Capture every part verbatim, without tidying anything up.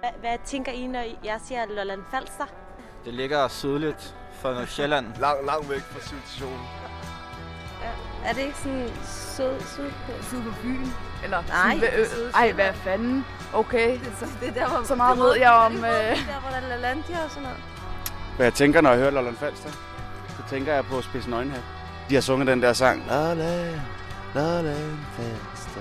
Hvad, hvad tænker I, når jeg siger Lolland Falster? Det ligger sydligt for Nordsjælland. Lang, langt væk fra civilisationen. Ja. Er det ikke sådan sød, sød på? Syd på byen? Eller nej, sådan, øh, ej, hvad fanden? Okay, så, det er der, hvor, så meget ved jeg om... Øh... Det er der, hvor der er LaLandia og sådan noget. Hvad jeg tænker, når jeg hører Lolland Falster, så tænker jeg på Spidsen Øjenhat. De har sunget den der sang. Lolland, Lolland Falster.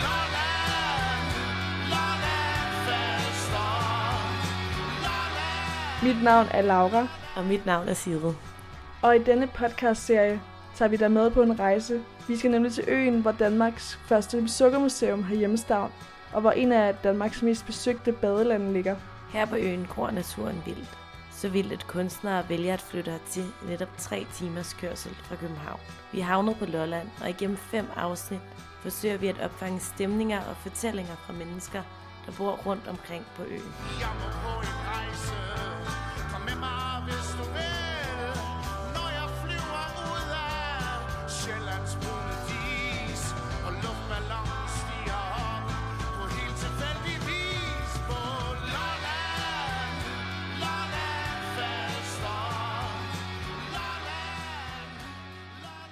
Mit navn er Laura. Og mit navn er Sigrid. Og i denne podcastserie tager vi dig med på en rejse. Vi skal nemlig til øen, hvor Danmarks første sukkermuseum har hjemstavn, og hvor en af Danmarks mest besøgte badelande ligger. Her på øen gror naturen vildt. Så vildt, at kunstnere vælger at flytte hertil i netop tre timers kørsel fra København. Vi er havnet på Lolland, og igennem fem afsnit forsøger vi at opfange stemninger og fortællinger fra mennesker, der bor rundt omkring på øen. Jeg må på en rejse, kom med mig, hvis du vil, når jeg flyver ud af Sjællands brune dis, og luftballonen stiger op på helt tilfældig vis på Lolland, Lolland Falster, Lolland, Lolland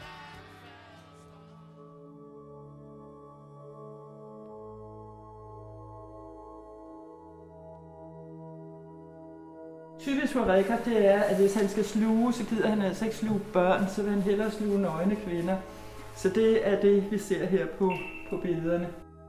Falster. Typisk for Richard, det er, at hvis han skal sluge, så gider han altså ikke sluge børn, så vil han hellere sluge nøgne kvinder. Så det er det, vi ser her på, på billederne.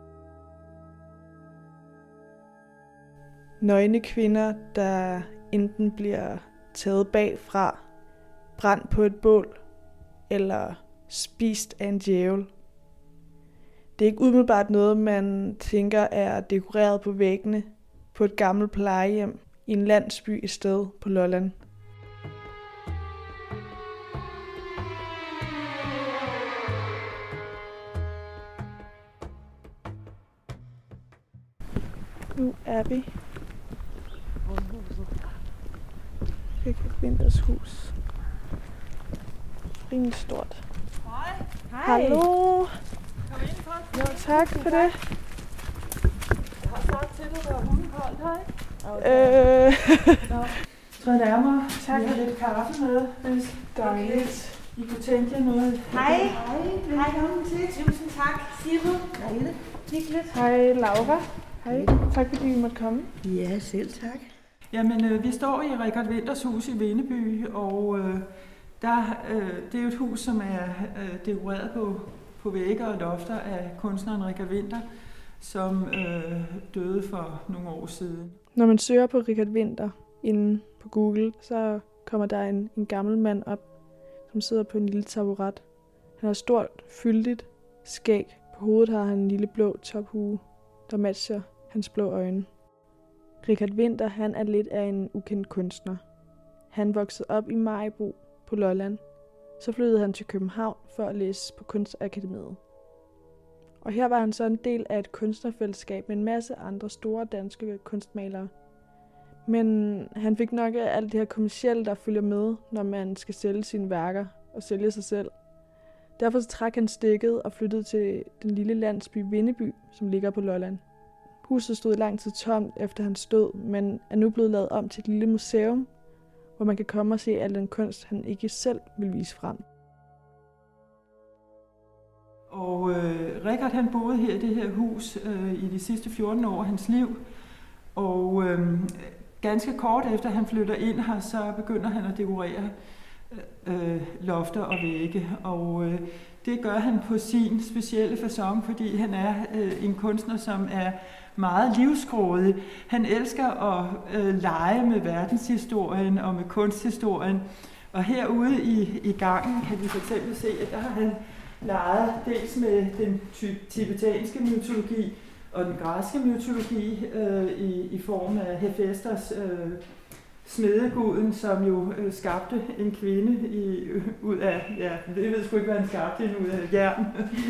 Nøgne kvinder, der enten bliver taget bagfra, brændt på et bål eller spist af en djævel. Det er ikke umiddelbart noget, man tænker er dekoreret på væggene på et gammelt plejehjem i en landsby et sted på Lolland. Nu er vi Richard Winthers hus. Rimelig stort. Hej. Hallo. Kom ind på. Jo, tak for det. Jeg har sagt til dig, at der er hundekoldt, hej. Øh. Så nærmere. Tak for lidt kaffe med, hvis Dejligt. I kunne tænke jer noget. Hej. Hej, velkommen til. Tusind tak, Sigrid. Dejligt. Hyggeligt. Hej Laura. Hej. Tak fordi vi måtte komme. Ja, selv tak. Jamen, øh, vi står i Richard Winthers hus i Vindeby, og øh, der, øh, det er jo et hus, som er øh, dekoreret på, på vægge og lofter af kunstneren Richard Winther, som øh, døde for nogle år siden. Når man søger på Richard Winther inde på Google, så kommer der en, en gammel mand op, som sidder på en lille taburet. Han har stort, fyldigt skæg. På hovedet har han en lille blå tophue, der matcher hans blå øjne. Richard Winther, han er lidt af en ukendt kunstner. Han voksede op i Maribo på Lolland. Så flyttede han til København for at læse på Kunstakademiet. Og her var han så en del af et kunstnerfællesskab med en masse andre store danske kunstmalere. Men han fik nok af alt det her kommercielle, der følger med, når man skal sælge sine værker og sælge sig selv. Derfor så trak han stikket og flyttede til den lille landsby Vindeby, som ligger på Lolland. Huset stod lang tid tomt efter hans død, men er nu blevet lavet om til et lille museum, hvor man kan komme og se al den kunst, han ikke selv vil vise frem. Og øh, Richard, han boede her i det her hus øh, i de sidste fjorten år af hans liv. Og øh, ganske kort efter han flytter ind her, så begynder han at dekorere øh, lofter og vægge. Og øh, det gør han på sin specielle facon, fordi han er øh, en kunstner, som er meget livsgrådig. Han elsker at øh, lege med verdenshistorien og med kunsthistorien. Og herude i, i gangen kan vi for eksempel se, at der har han leget dels med den tibetanske mytologi og den græske mytologi øh, i, i form af Hefæstos, øh, smedeguden, som jo øh, skabte en kvinde i, øh, ud af, ja, jeg ved sgu ikke, hvad han skabte hende ud af jern.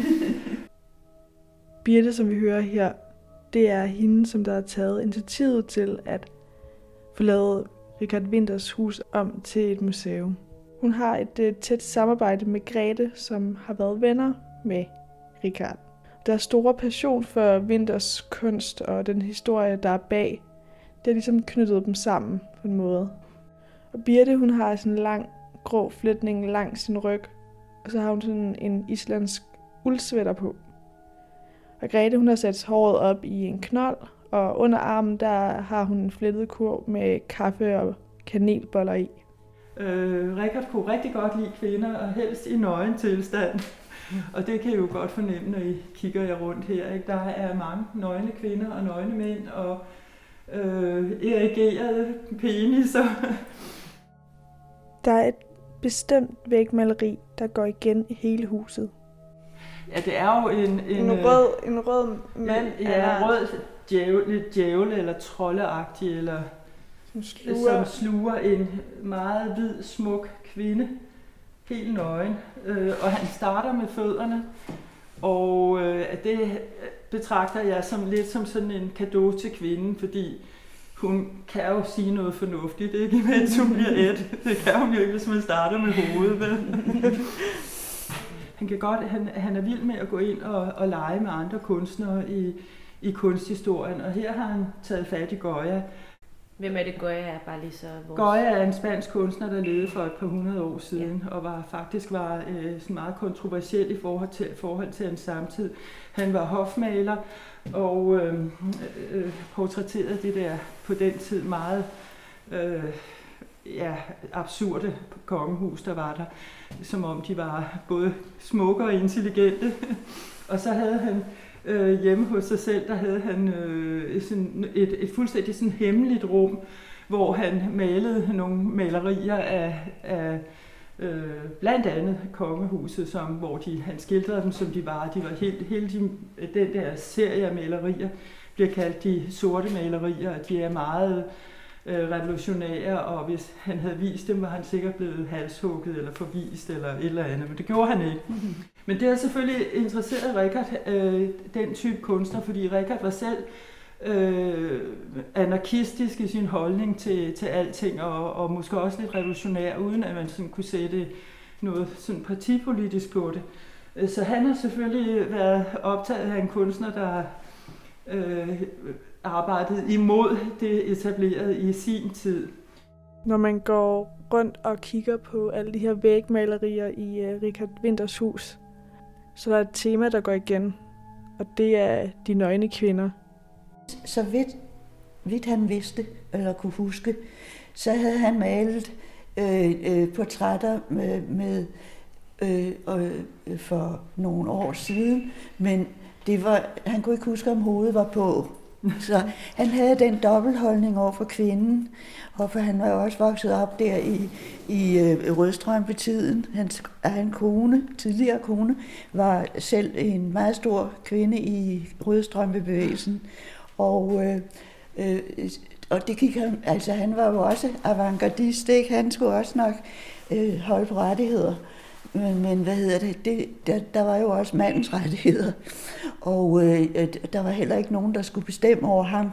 Birte, som vi hører her, det er hende, som der har taget initiativet til at få lavet Richard Winthers hus om til et museum. Hun har et, et tæt samarbejde med Grete, som har været venner med Richard. Deres store passion for Winthers kunst og den historie, der er bag Det har ligesom knyttet dem sammen på en måde. Og Birte, hun har sådan en lang, grå flætning langs sin ryg, og så har hun sådan en islandsk uldsvætter på. Og Grete, hun har sat håret op i en knold, og under armen, der har hun en flettet kurv med kaffe og kanelboller i. Øh, Richard kunne rigtig godt lide kvinder, og helst i nøgen tilstand. Og det kan I jo godt fornemme, når I kigger jer rundt her. Ikke? Der er mange nøgne kvinder og nøgne mænd, og øh, erigerede peniser. Der er et bestemt vægmaleri, der går igen i hele huset. Ja, det er jo en... En, en, rød, en rød mand. Ja, eller rød djævel, lidt djævle eller troldeagtig, eller som sluger. som sluger en meget hvid, smuk kvinde, helt nøgen. Øh, og han starter med fødderne, og øh, det betragter jeg som lidt som sådan en cadeau til kvinden, fordi hun kan jo sige noget fornuftigt, ikke? Imens hun bliver et. Det kan hun jo ikke, hvis man starter med hovedet. Han, kan godt, han, han er vild med at gå ind og, og lege med andre kunstnere i, i kunsthistorien, og her har han taget fat i Goya. Hvem er det, Goya er bare lige så vores? Goya er en spansk kunstner, der levede for et par hundrede år siden, ja. og var faktisk var øh, sådan meget kontroversiel i forhold til, forhold til hans samtid. Han var hofmaler og øh, øh, portrætterede det der på den tid meget øh, ja, absurde kongehus, der var der, som om de var både smukke og intelligente. Og så havde han øh, hjemme hos sig selv, der havde han øh, sådan et, et fuldstændig sådan hemmeligt rum, hvor han malede nogle malerier af, af øh, blandt andet kongehuset, som, hvor de, han skildrede dem, som de var. De var helt, hele de, den der serie af malerier bliver kaldt de sorte malerier, og de er meget øh, revolutionære, og hvis han havde vist dem, var han sikkert blevet halshugget eller forvist eller et eller andet, men det gjorde han ikke. Mm-hmm. Men det har selvfølgelig interesseret Richard, øh, den type kunstner, fordi Richard var selv øh, anarkistisk i sin holdning til, til alting, og, og måske også lidt revolutionær, uden at man sådan kunne sætte noget sådan partipolitisk på det. Så han har selvfølgelig været optaget af en kunstner, der øh, arbejdede imod det etablerede i sin tid. Når man går rundt og kigger på alle de her vægmalerier i uh, Richard Winthers hus, så der er et tema, der går igen, og det er de nøgne kvinder. Så vidt, vidt han vidste, eller kunne huske, så havde han malet øh, øh, portrætter med, med øh, øh, for nogle år siden, men det var, han kunne ikke huske, om hovedet var på. Så han havde den dobbeltholdning over for kvinden, og for han var jo også vokset op der i, i øh, Rødstrømpe-tiden. Hans egen kone, tidligere kone, var selv en meget stor kvinde i Rødstrømpe-bevægelsen. Og, øh, øh, og det gik han, altså han var jo også avantgardist, ikke? Han skulle også nok øh, holde på rettigheder. Men, men hvad hedder det, det der, der var jo også mandens rettigheder, og øh, der var heller ikke nogen, der skulle bestemme over ham.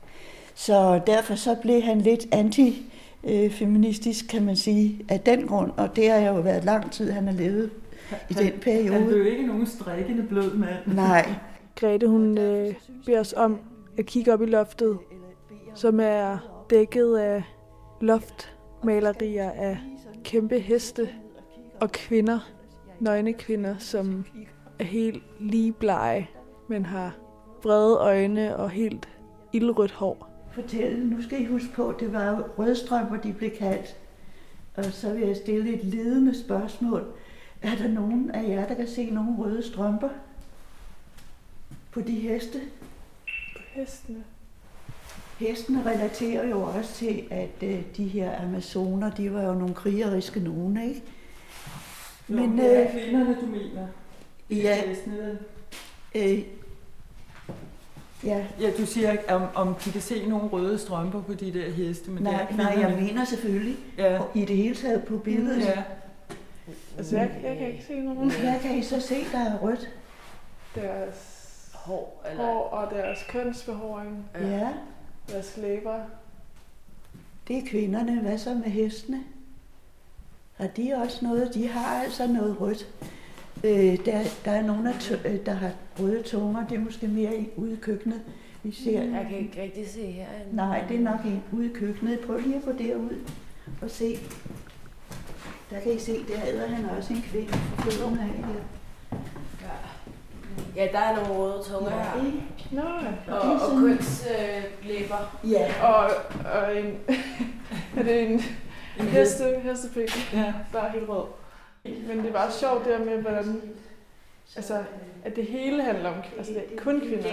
Så derfor så blev han lidt anti-feministisk, kan man sige, af den grund, og det har jo været lang tid, han har levet i han, den periode. Han blev ikke nogen strikkende blød mand. Nej. Grete, hun øh, beder os om at kigge op i loftet, som er dækket af loftmalerier af kæmpe heste og kvinder, nøgne kvinder, som er helt ligeblege, men har brede øjne og helt ildrødt hår. Fortæl, nu skal I huske på, det var jo rødstrømper, de blev kaldt. Og så vil jeg stille et ledende spørgsmål. Er der nogen af jer, der kan se nogle røde strømper på de heste? På hestene? Hestene relaterer jo også til, at øh, de her amazoner, de var jo nogle krigeriske nogen, ikke? Jo, men det er kvinderne, du mener. Ja. Øh, ja. Ja, du siger ikke, om, om de kan se nogle røde strømper på de der heste, men nej, det er nej, jeg mener selvfølgelig. Ja. Og i det hele taget på billedet. Ja. Altså, jeg, jeg kan ikke se nogen. Her kan I så se, der er rødt. Deres hår, eller... hår og deres kønsbehåring. Ja. Deres læber. Det er kvinderne. Hvad så med hestene? Har de også noget? De har altså noget rødt. Øh, der, der er nogen, der har røde tunger. Det er måske mere ude i køkkenet. Vi ser. Jeg kan ikke rigtig se her. Nej, det er nok en ude i køkkenet. Prøv lige at gå derud og se. Der kan I se, der æder han også en kvinde på fødderne af her. Ja, der er nogle røde tunger Ja, her. ikke? Nå, Og, og kønslæber. Øh, Ja. og, og en, er det en, en heste, hestepik, Ja. der er helt rød. Men det er bare sjovt der med, hvordan, altså, at det hele handler om, altså det er kun kvinder.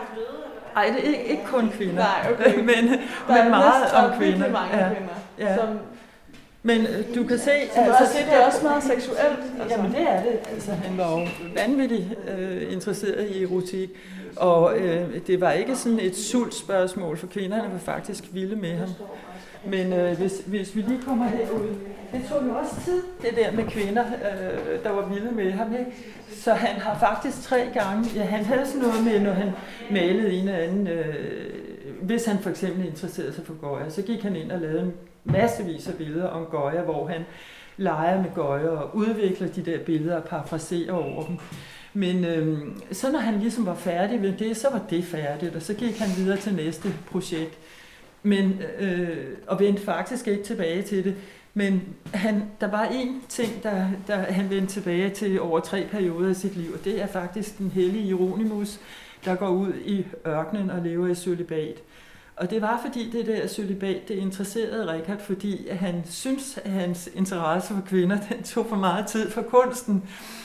Ej, det er ikke, ikke kun kvinder. Nej, okay. men, Der men er meget næsten om virkelig kvinder. mange Ja. kvinder, Ja. som, Men øh, du kan se... som altså, også, det er også meget seksuelt. Altså. Jamen det er det. Altså, han var jo vanvittigt øh, interesseret i erotik. Og øh, det var ikke sådan et sultspørgsmål, for kvinderne var faktisk vilde med ham. Men øh, hvis, hvis vi lige kommer herud, det tog jo også tid, det der med kvinder, øh, der var vilde med ham. Ikke? Så han har faktisk tre gange, ja, han havde sådan noget med, når han malede en eller anden, øh, hvis han for eksempel interesserede sig for Goya, så gik han ind og lavede en massevis af billeder om Goya, hvor han leger med Goya og udvikler de der billeder og parafraserer over dem. Men øh, så når han ligesom var færdig med det, så var det færdigt, og så gik han videre til næste projekt. Men, øh, og vendte faktisk ikke tilbage til det. Men han, der var én ting, der, der han vendte tilbage til over tre perioder i sit liv, og det er faktisk den hellige Hieronymus, der går ud i ørkenen og lever i cølibat. Og det var fordi det der cølibat, det interesserede Richard, fordi han synes, at hans interesse for kvinder, den tog for meget tid for kunsten.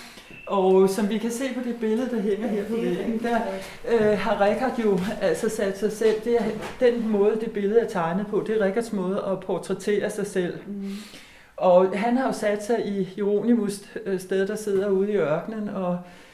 Og som vi kan se på det billede, der hænger her på væggen, der øh, har Richard jo altså sat sig selv. Det er den måde, det billede er tegnet på. Det er Richards måde at portrættere sig selv. Mm. Og han har jo sat sig i Hieronymus sted, der sidder ude i ørkenen. Og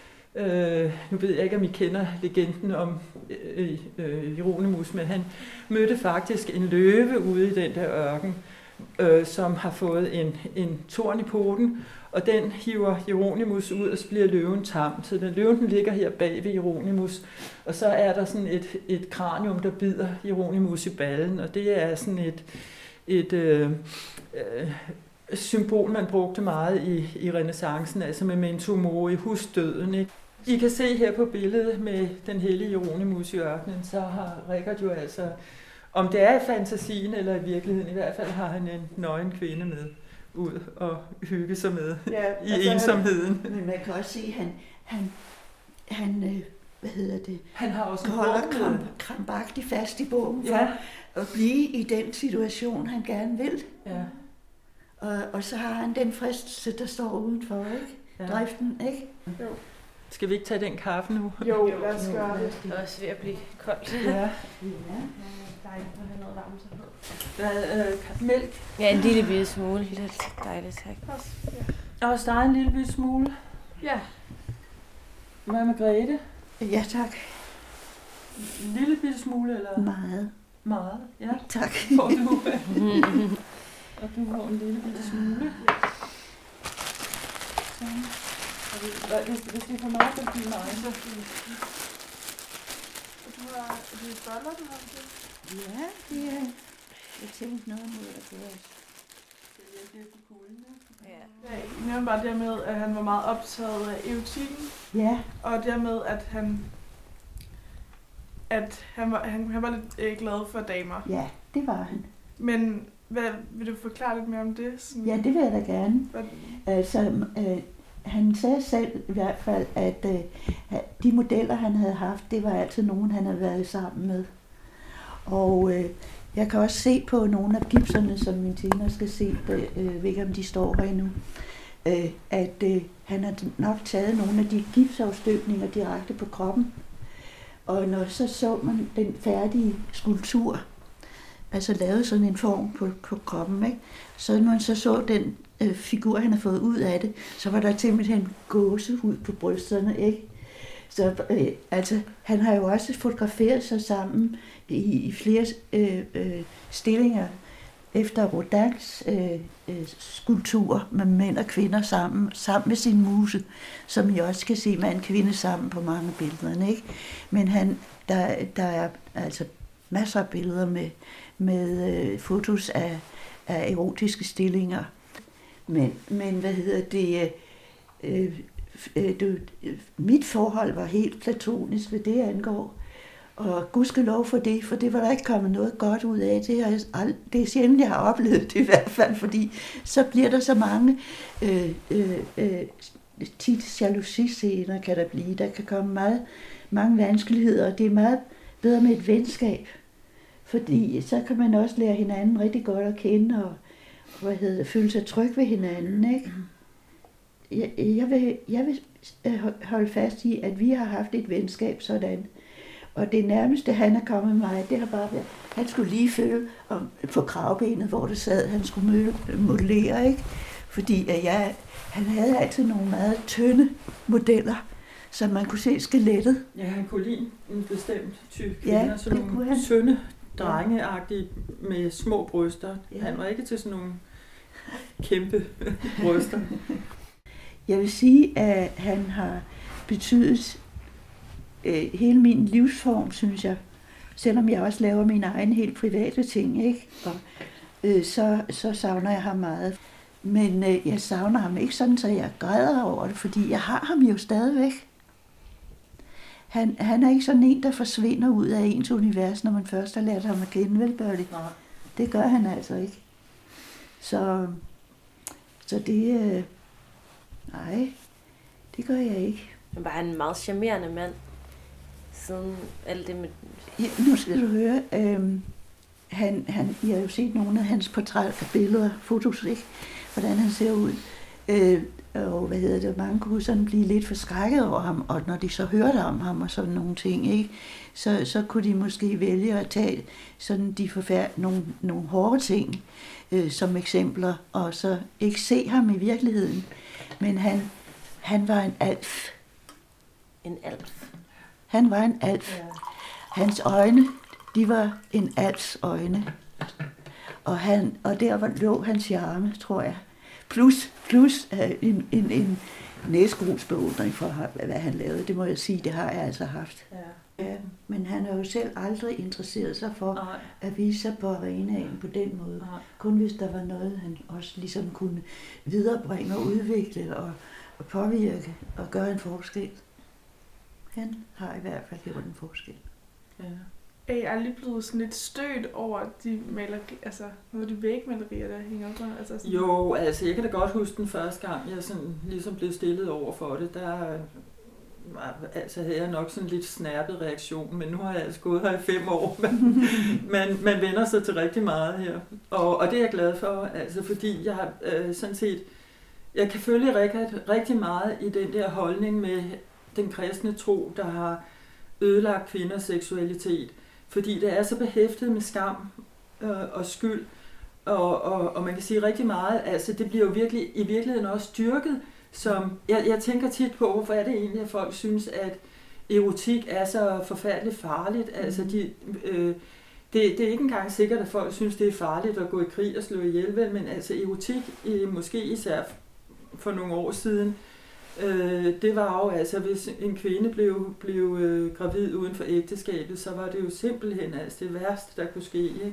øh, nu ved jeg ikke, om I kender legenden om øh, øh, Hieronymus, men han mødte faktisk en løve ude i den der ørken, øh, som har fået en, en torn i poten. Og den hiver Hieronymus ud, og så bliver løven tam. Så den løven den ligger her bag ved Hieronymus. Og så er der sådan et, et kranium, der bider Hieronymus i ballen. Og det er sådan et, et øh, øh, symbol, man brugte meget i, i renæssancen, altså memento mori, husdøden. Ikke? I kan se her på billedet med den hellige Hieronymus i ørkenen, så har Richard jo altså, om det er i fantasien eller i virkeligheden, i hvert fald har han en nøgen kvinde med ud og hygge sig med ja, i altså ensomheden. Han, men man kan også se, at han, han, han øh, hvad hedder det, han har også holder kramp, krampagtigt fast i bogen for ja. at blive i den situation, han gerne vil. Ja. Og, og så har han den fristelse, der står udenfor, ikke? Ja. Driften, ikke? Jo. Skal vi ikke tage den kaffe nu? Jo, lad os gøre det. Det er også ved at blive koldt. Ja. Ja. Dejligt at have noget varmt sig på. Hvad, øh, mælk? Ja, en lille bitte smule. Lidt dejligt, tak. Og også dig en lille bitte smule? Ja. Hvad med Grete? Ja, tak. En lille bitte smule, eller? Meget. Meget, ja. Tak. Får du. Og du har en lille bitte smule. Sådan. Og hvis, hvis det er for meget, så er det meget. Du har de boller, du har til? Ja, det er... Jeg tænkte noget mod at gøre. Ja. Jeg nævnte bare det med, at han var meget optaget af erotikken. Ja. Og dermed, at han... At han var, han, han var lidt øh, glad for damer. Ja, det var han. Men hvad, vil du forklare lidt mere om det? Sådan, ja, det vil jeg da gerne. Hvad? Altså, øh, han sagde selv i hvert fald, at øh, de modeller, han havde haft, det var altid nogen, han havde været sammen med. Og øh, jeg kan også se på nogle af gipserne, som min tjener skal se, øh, ved ikke om de står her endnu, øh, at øh, han har nok taget nogle af de gipsafstøbninger direkte på kroppen. Og når så så man den færdige skulptur, altså lavet sådan en form på, på kroppen, ikke? Så når man så så den øh, figur, han har fået ud af det, så var der simpelthen gåsehud på brysterne, ikke? Så øh, altså, han har jo også fotograferet sig sammen i, i flere øh, øh, stillinger efter Rodins øh, øh, skulpturer med mænd og kvinder sammen, sammen med sin muse, som I også kan se mand og kvinde sammen på mange billeder, ikke? Men han, der, der er altså masser af billeder med, med øh, fotos af, af erotiske stillinger. Men, men hvad hedder det? Øh, øh, du, mit forhold var helt platonisk, hvad det angår. Og gudskelov for det, for det var der ikke kommet noget godt ud af. Det er, ald- det er sjældent, jeg har oplevet det i hvert fald, fordi så bliver der så mange øh, øh, øh, tit jalousi-scener, kan der blive. Der kan komme meget, mange vanskeligheder, og det er meget bedre med et venskab. Fordi så kan man også lære hinanden rigtig godt at kende, og hvad hedder det, føle sig tryg ved hinanden, ikke? Jeg, jeg, vil, jeg vil holde fast i, at vi har haft et venskab sådan. Og det nærmeste, han er kommet mig, det har bare været, han skulle lige føle om, på kravbenet, hvor det sad, han skulle modellere, ikke? Fordi at jeg, han havde altid nogle meget tynde modeller, så man kunne se skelettet. Ja, han kunne lide en bestemt type ja, kvinder, sådan nogle tynde, drengeagtige med små bryster. Ja. Han var ikke til sådan nogle kæmpe bryster. Jeg vil sige, at han har betydet øh, hele min livsform, synes jeg. Selvom jeg også laver mine egne helt private ting, ikke? Og, øh, så, så savner jeg ham meget. Men øh, jeg savner ham ikke sådan, så jeg græder over det, fordi jeg har ham jo stadigvæk. Han, han er ikke sådan en, der forsvinder ud af ens univers, når man først har lært ham at kende, vel, Børlig? Nej. Det gør han altså ikke. Så, så det... Øh, nej, det gør jeg ikke. Men var han en meget charmerende mand, siden alt det med... Ja, nu skal du høre, øh, han, han, jeg har jo set nogle af hans portrætter, billeder, fotos, ikke? Hvordan han ser ud. Øh, og hvad hedder det, mange kunne sådan blive lidt forskrækket over ham, og når de så hørte om ham og sådan nogle ting, ikke, så, så kunne de måske vælge at tage sådan de forfærd- nogle, nogle hårde ting øh, som eksempler, og så ikke se ham i virkeligheden. Men han, han var en alf. En alf? Han var en alf. Ja. Hans øjne, de var en alfs øjne. Og, han, og der var, lå hans charme, tror jeg. Plus, plus uh, en, en, en næsgrusbeundring for, hvad han lavede. Det må jeg sige, det har jeg altså haft. Ja. Ja, men han har jo selv aldrig interesseret sig for Nej. At vise sig på arenaen på den måde. Nej. Kun hvis der var noget, han også ligesom kunne viderebringe og udvikle og, og påvirke og gøre en forskel. Han har i hvert fald gjort en forskel. Ja. Er I aldrig blevet sådan lidt stødt over de maleri, altså nogle af de vægmalerier, der hænger op? Altså sådan... Jo, altså jeg kan da godt huske den første gang, jeg sådan ligesom blev stillet over for det. Der altså, havde jeg nok sådan lidt snærpet reaktion, men nu har jeg altså gået her i fem år. Men man, man vender sig til rigtig meget her. Og, og det er jeg glad for, altså, fordi jeg har øh, sådan set, jeg kan følge rigtig, rigtig meget i den der holdning med den kristne tro, der har ødelagt kvinders seksualitet. Fordi det er så behæftet med skam øh, og skyld, og, og, og man kan sige rigtig meget, altså det bliver jo virkelig, i virkeligheden også styrket, som, jeg, jeg tænker tit på, hvorfor er det egentlig, at folk synes, at erotik er så forfærdeligt farligt, altså de, øh, det, det er ikke engang sikkert, at folk synes, det er farligt at gå i krig og slå ihjel, men altså erotik, øh, måske især for nogle år siden, Øh, det var jo altså, hvis en kvinde blev, blev øh, gravid uden for ægteskabet, så var det jo simpelthen altså det værste, der kunne ske, ikke?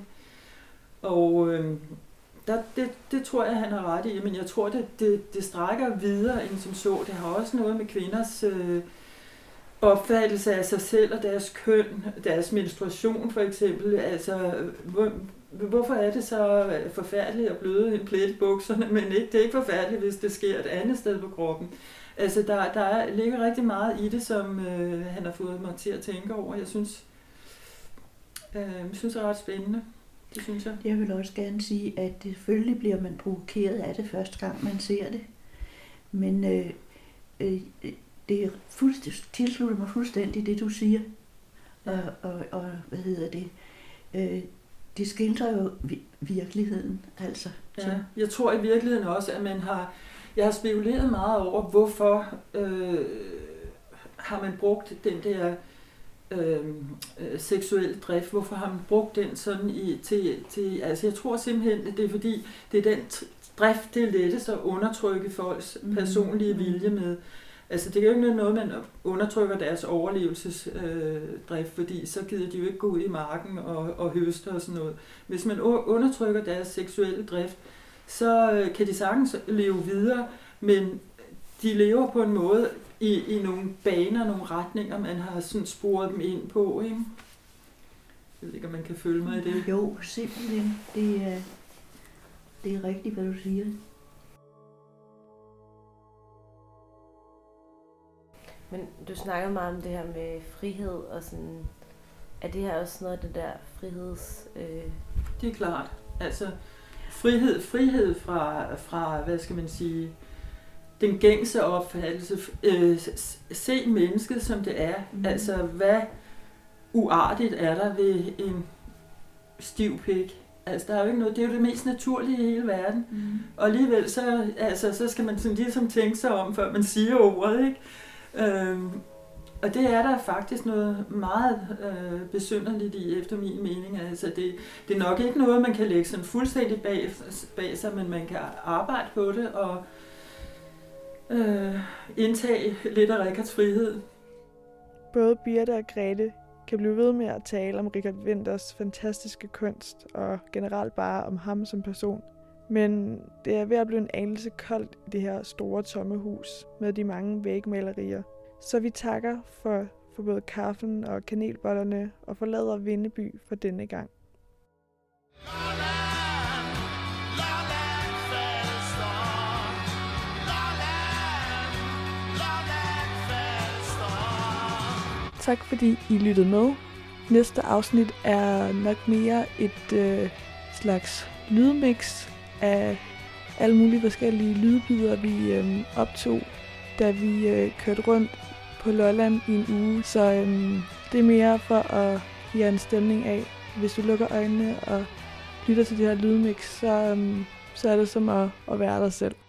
Og øh, der, det, det tror jeg, han har ret i, men jeg tror, det, det, det strækker videre end som så. Det har også noget med kvinders øh, opfattelse af sig selv og deres køn, deres menstruation for eksempel. Altså, hvor, hvorfor er det så forfærdeligt at bløde en plet i bukserne, men ikke, det er ikke forfærdeligt, hvis det sker et andet sted på kroppen. Altså, der, der ligger rigtig meget i det, som øh, han har fået mig til at tænke over. Jeg synes, øh, jeg synes, det er ret spændende. Det synes jeg. Jeg vil også gerne sige, at selvfølgelig bliver man provokeret af det første gang, man ser det. Men øh, øh, det er fuldstændig, tilslutter mig fuldstændig det, du siger. Og, og, og hvad hedder det? Øh, det skildrer jo virkeligheden, altså. Ja, jeg tror i virkeligheden også, at man har... Jeg har spekuleret meget over, hvorfor øh, har man brugt den der øh, seksuelle drift, hvorfor har man brugt den sådan i, til, til, altså jeg tror simpelthen, at det er fordi, det er den drift, det er lettest at undertrykke folks personlige vilje med. Altså det er jo ikke noget, man undertrykker deres overlevelsesdrift, øh, fordi så gider de jo ikke gå ud i marken og, og høste og sådan noget. Hvis man undertrykker deres seksuelle drift, så kan de sagtens leve videre, men de lever på en måde i, i nogle baner, nogle retninger, man har sådan sporet dem ind på, ikke? Jeg ved ikke, om man kan følge mig i det. Jo, simpelthen. Det er, det er rigtigt, hvad du siger. Men du snakker meget om det her med frihed og sådan. Er det her også noget af det der friheds... Øh... Det er klart. Altså, frihed, frihed fra, fra, hvad skal man sige, den gængse opfattelse. Øh, se mennesket, som det er. Mm. Altså, hvad uartigt er der ved en stiv pik? Altså, der er jo ikke noget, det er jo det mest naturlige i hele verden. Mm. Og alligevel, så, altså, så skal man sådan ligesom tænke sig om, før man siger ordet, ikke? Øhm, og det er der faktisk noget meget øh, besynderligt i, efter min mening. Altså, det, det er nok ikke noget, man kan lægge sådan fuldstændig bag, bag sig, men man kan arbejde på det og øh, indtage lidt af Richards frihed. Både Birte og Grete kan blive ved med at tale om Richard Winthers fantastiske kunst og generelt bare om ham som person. Men det er ved at blive en anelse koldt i det her store tomme hus med de mange vægmalerier. Så vi takker for, for både kaffen og kanelbollerne og forlader Vindeby for denne gang. Tak fordi I lyttede med. Næste afsnit er nok mere et øh, slags lydmix af alle mulige forskellige lydbidder, vi øh, optog, da vi øh, kørte rundt på Lolland i en uge. Så øh, det er mere for at give en stemning af. Hvis du lukker øjnene og lytter til det her lydmix, så, øh, så er det som at, at være dig selv.